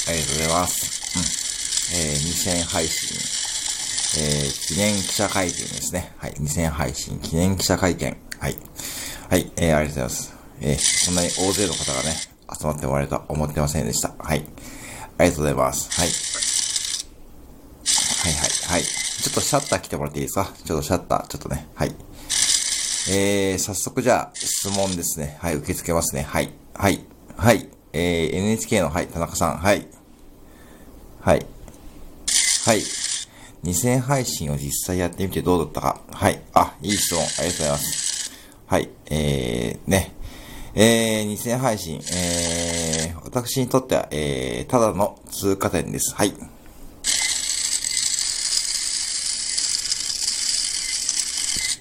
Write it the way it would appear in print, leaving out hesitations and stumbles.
ありがとうございます。2000配信、記念記者会見ですね。はい。2000配信記念記者会見。はい。はい。ありがとうございます。そんなに大勢の方がね、集まっておられるとは思ってませんでした。はい。ありがとうございます。はい。はいはい。はい。ちょっとシャッター来てもらっていいですか？ちょっとシャッター、ちょっとね。はい。早速じゃあ、質問ですね。はい。受け付けますね。はい。はい。はい。NHK の、はい。田中さん。はい。はい。はい。2000配信を実際やってみてどうだったか。はい。あ、いい質問。ありがとうございます。はい。ね。2000配信、私にとっては、ただの通過点です。はい。